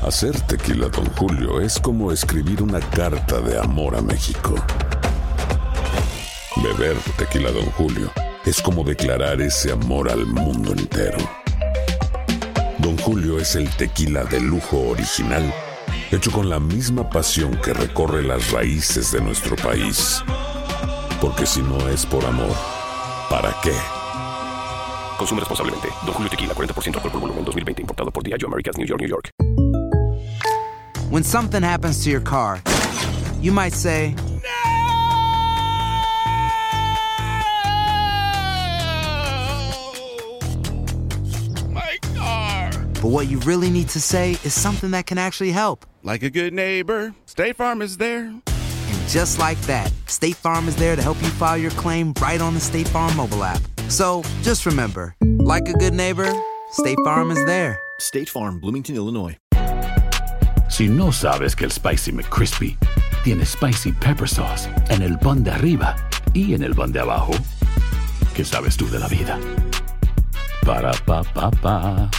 Hacer tequila Don Julio es como escribir una carta de amor a México. Beber tequila Don Julio es como declarar ese amor al mundo entero. Don Julio es el tequila de lujo original, hecho con la misma pasión que recorre las raíces de nuestro país. Porque si no es por amor, ¿para qué? Consume responsablemente. Don Julio Tequila, 40% alcohol por volumen, 2020. Importado por Diageo Americas, New York, New York. When something happens to your car, you might say, My car! but what you really need to say is something that can actually help. Like a good neighbor, State Farm is there. And just like that, State Farm is there to help you file your claim right on the State Farm mobile app. So just remember, like a good neighbor, State Farm is there. State Farm, Bloomington, Illinois. Si no sabes que el Spicy McCrispy tiene Spicy Pepper Sauce en el pan de arriba y en el pan de abajo, ¿qué sabes tú de la vida? Para, pa, pa, pa.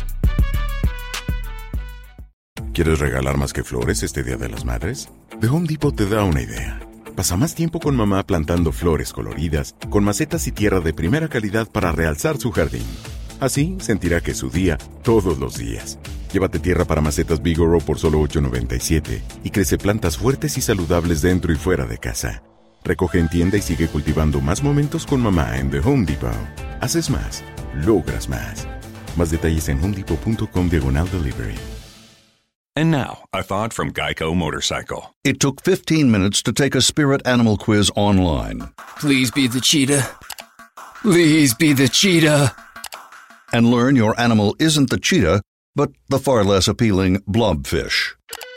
¿Quieres regalar más que flores este Día de las Madres? The Home Depot te da una idea. Pasa más tiempo con mamá plantando flores coloridas, con macetas y tierra de primera calidad para realzar su jardín. Así sentirá que es su día todos los días. Llévate tierra para macetas Bigoro por solo $8.97 y crece plantas fuertes y saludables dentro y fuera de casa. Recoge en tienda y sigue cultivando más momentos con mamá en The Home Depot. Haces más, logras más. Más detalles en homedepot.com/delivery. And now, a thought from Geico Motorcycle. It took 15 minutes to take a spirit animal quiz online. Please be the cheetah. Please be the cheetah. And learn your animal isn't the cheetah, but the far less appealing blobfish.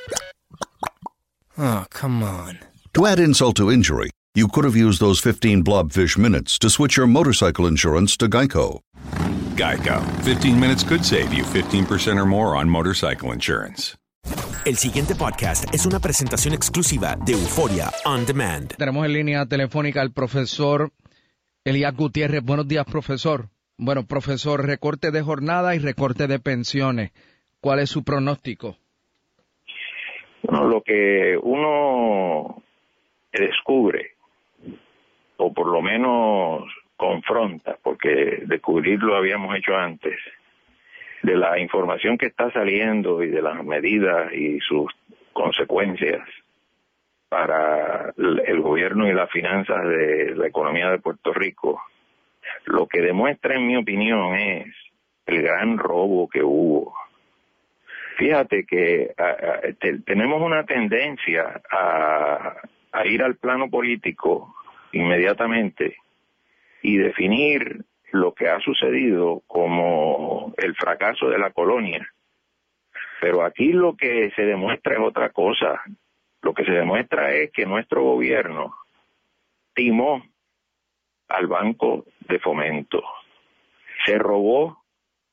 Oh, come on. To add insult to injury, you could have used those 15 blobfish minutes to switch your motorcycle insurance to Geico. Geico. 15 minutes could save you 15% or more on motorcycle insurance. El siguiente podcast es una presentación exclusiva de Euforia On Demand. Tenemos en línea telefónica al profesor Elías Gutiérrez. Buenos días, profesor. Bueno, profesor, recorte de jornada y recorte de pensiones. ¿Cuál es su pronóstico? Bueno, lo que uno descubre, o por lo menos confronta, porque descubrirlo habíamos hecho antes, de la información que está saliendo y de las medidas y sus consecuencias para el gobierno y las finanzas de la economía de Puerto Rico, lo que demuestra, en mi opinión, es el gran robo que hubo. Fíjate que tenemos una tendencia a ir al plano político inmediatamente y definir lo que ha sucedido como el fracaso de la colonia. Pero aquí lo que se demuestra es otra cosa. Lo que se demuestra es que nuestro gobierno timó al Banco de Fomento. Se robó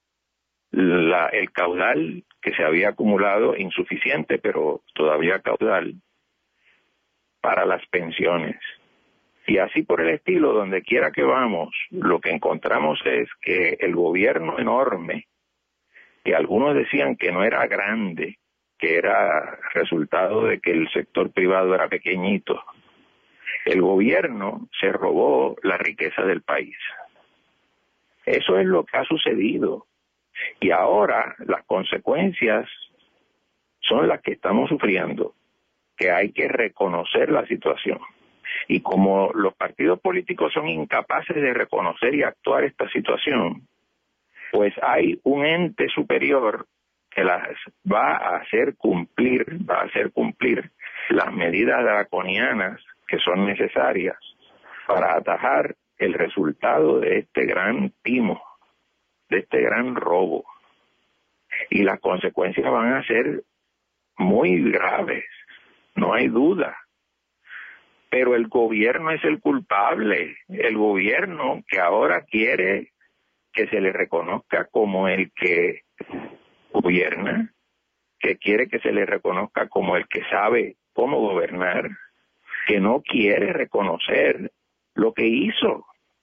el caudal que se había acumulado, insuficiente, pero todavía caudal, para las pensiones. Y así por el estilo, donde quiera que vamos, lo que encontramos es que el gobierno enorme, que algunos decían que no era grande, que era resultado de que el sector privado era pequeñito, el gobierno se robó la riqueza del país. Eso es lo que ha sucedido. Y ahora las consecuencias son las que estamos sufriendo, que hay que reconocer la situación. Y como los partidos políticos son incapaces de reconocer y actuar esta situación, pues hay un ente superior que las va a hacer cumplir las medidas draconianas que son necesarias para atajar el resultado de este gran timo, de este gran robo. Y las consecuencias van a ser muy graves, no hay duda. Pero el gobierno es el culpable, el gobierno que ahora quiere que se le reconozca como el que gobierna, que quiere que se le reconozca como el que sabe cómo gobernar, que no quiere reconocer lo que hizo.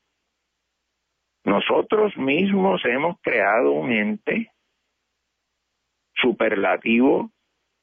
Nosotros mismos hemos creado un ente superlativo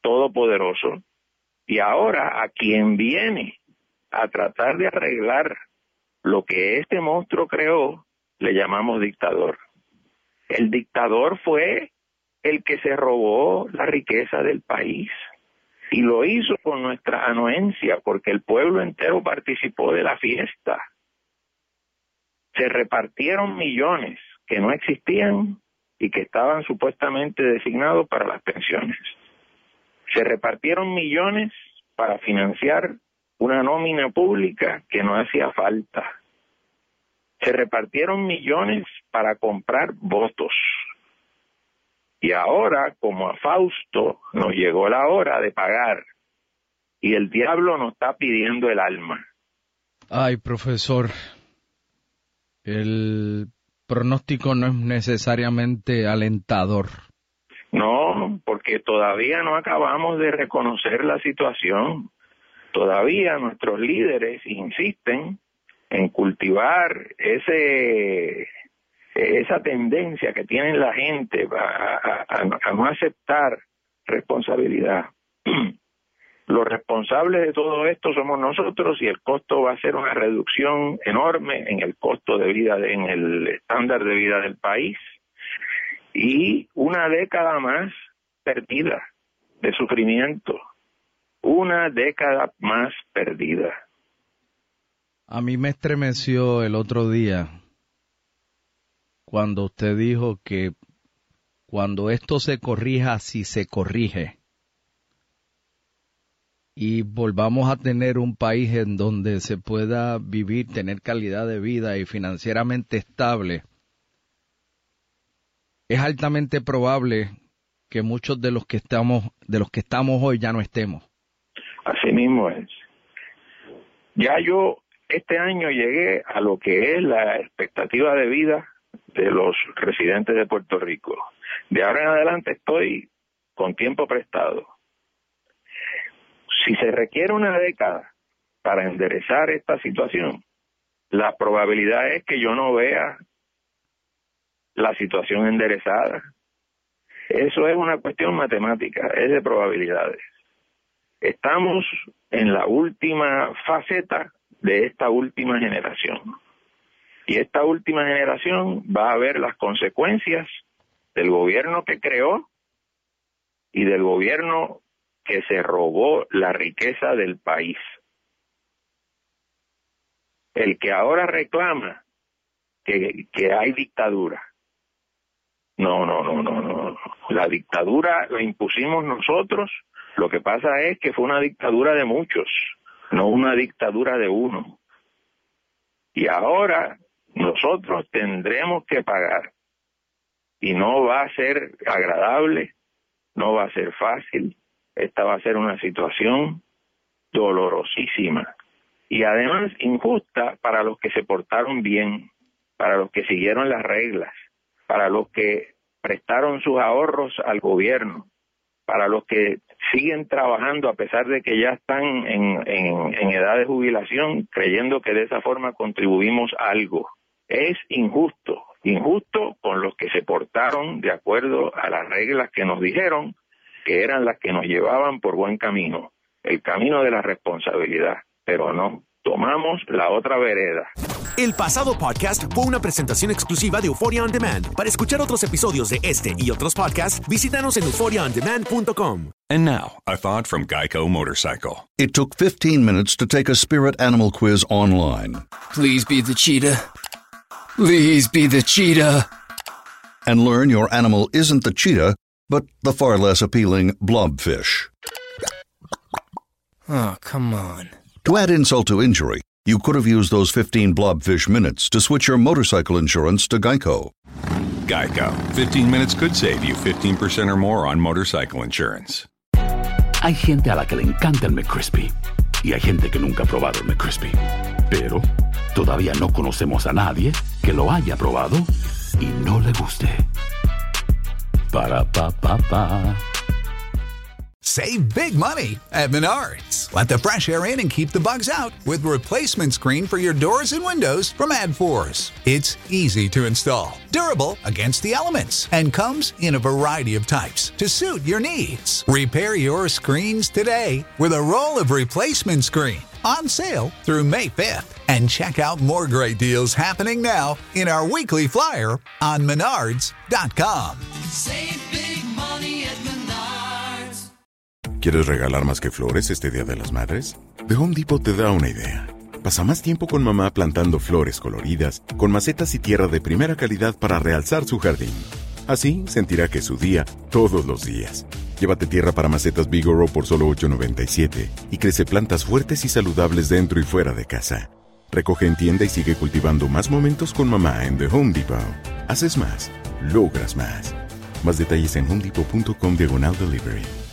todopoderoso, y ahora a quien viene a tratar de arreglar lo que este monstruo creó, le llamamos dictador. El dictador fue el que se robó la riqueza del país, y lo hizo con nuestra anuencia, porque el pueblo entero participó de la fiesta. Se repartieron millones que no existían y que estaban supuestamente designados para las pensiones. Se repartieron millones para financiar una nómina pública que no hacía falta. Se repartieron millones para comprar votos. Y ahora, como a Fausto, nos llegó la hora de pagar. Y el diablo nos está pidiendo el alma. Ay, profesor, el pronóstico no es necesariamente alentador. No, porque todavía no acabamos de reconocer la situación. Todavía nuestros líderes insisten en cultivar esa tendencia que tiene la gente a no aceptar responsabilidad. Los responsables de todo esto somos nosotros, y el costo va a ser una reducción enorme en el costo de vida, en el estándar de vida del país, y una década más perdida de sufrimiento, una década más perdida. A mí me estremeció el otro día cuando usted dijo que cuando esto se corrija, si se corrige, y volvamos a tener un país en donde se pueda vivir, tener calidad de vida y financieramente estable, es altamente probable que muchos de los que estamos hoy ya no estemos. Así mismo es. Ya yo este año llegué a lo que es la expectativa de vida de los residentes de Puerto Rico. De ahora en adelante estoy con tiempo prestado. Si se requiere una década para enderezar esta situación, la probabilidad es que yo no vea la situación enderezada. Eso es una cuestión matemática, es de probabilidades. Estamos en la última faceta de esta última generación. Y esta última generación va a ver las consecuencias del gobierno que creó y del gobierno que se robó la riqueza del país. El que ahora reclama que hay dictadura. No. La dictadura la impusimos nosotros. Lo que pasa es que fue una dictadura de muchos, no una dictadura de uno. Y ahora nosotros tendremos que pagar. Y no va a ser agradable, no va a ser fácil. Esta va a ser una situación dolorosísima. Y además injusta para los que se portaron bien, para los que siguieron las reglas, para los que prestaron sus ahorros al gobierno, para los que siguen trabajando a pesar de que ya están en edad de jubilación, creyendo que de esa forma contribuimos algo. Es injusto con los que se portaron de acuerdo a las reglas que nos dijeron que eran las que nos llevaban por buen camino, el camino de la responsabilidad, pero no, tomamos la otra vereda. El pasado podcast fue una presentación exclusiva de Euphoria On Demand. Para escuchar otros episodios de este y otros podcasts, visítanos en euphoriaondemand.com. And now, a thought from Geico Motorcycle. It took 15 minutes to take a spirit animal quiz online. Please be the cheetah. Please be the cheetah. And learn your animal isn't the cheetah, but the far less appealing blobfish. Oh, come on. To add insult to injury, you could have used those 15 blobfish minutes to switch your motorcycle insurance to Geico. Geico. 15 minutes could save you 15% or more on motorcycle insurance. Hay gente a la que le encanta el McCrispy y hay gente que nunca ha probado el McCrispy. Pero todavía no conocemos a nadie que lo haya probado y no le guste. Para pa pa pa. Save big money at Menards. Let the fresh air in and keep the bugs out with replacement screen for your doors and windows from AdForce. It's easy to install, durable against the elements, and comes in a variety of types to suit your needs. Repair your screens today with a roll of replacement screen on sale through May 5th. And check out more great deals happening now in our weekly flyer on Menards.com. Save big money at Menards. ¿Quieres regalar más que flores este Día de las Madres? The Home Depot te da una idea. Pasa más tiempo con mamá plantando flores coloridas, con macetas y tierra de primera calidad para realzar su jardín. Así sentirá que es su día todos los días. Llévate tierra para macetas Vigoro por solo $8.97 y crece plantas fuertes y saludables dentro y fuera de casa. Recoge en tienda y sigue cultivando más momentos con mamá en The Home Depot. Haces más, logras más. Más detalles en homedepot.com/delivery.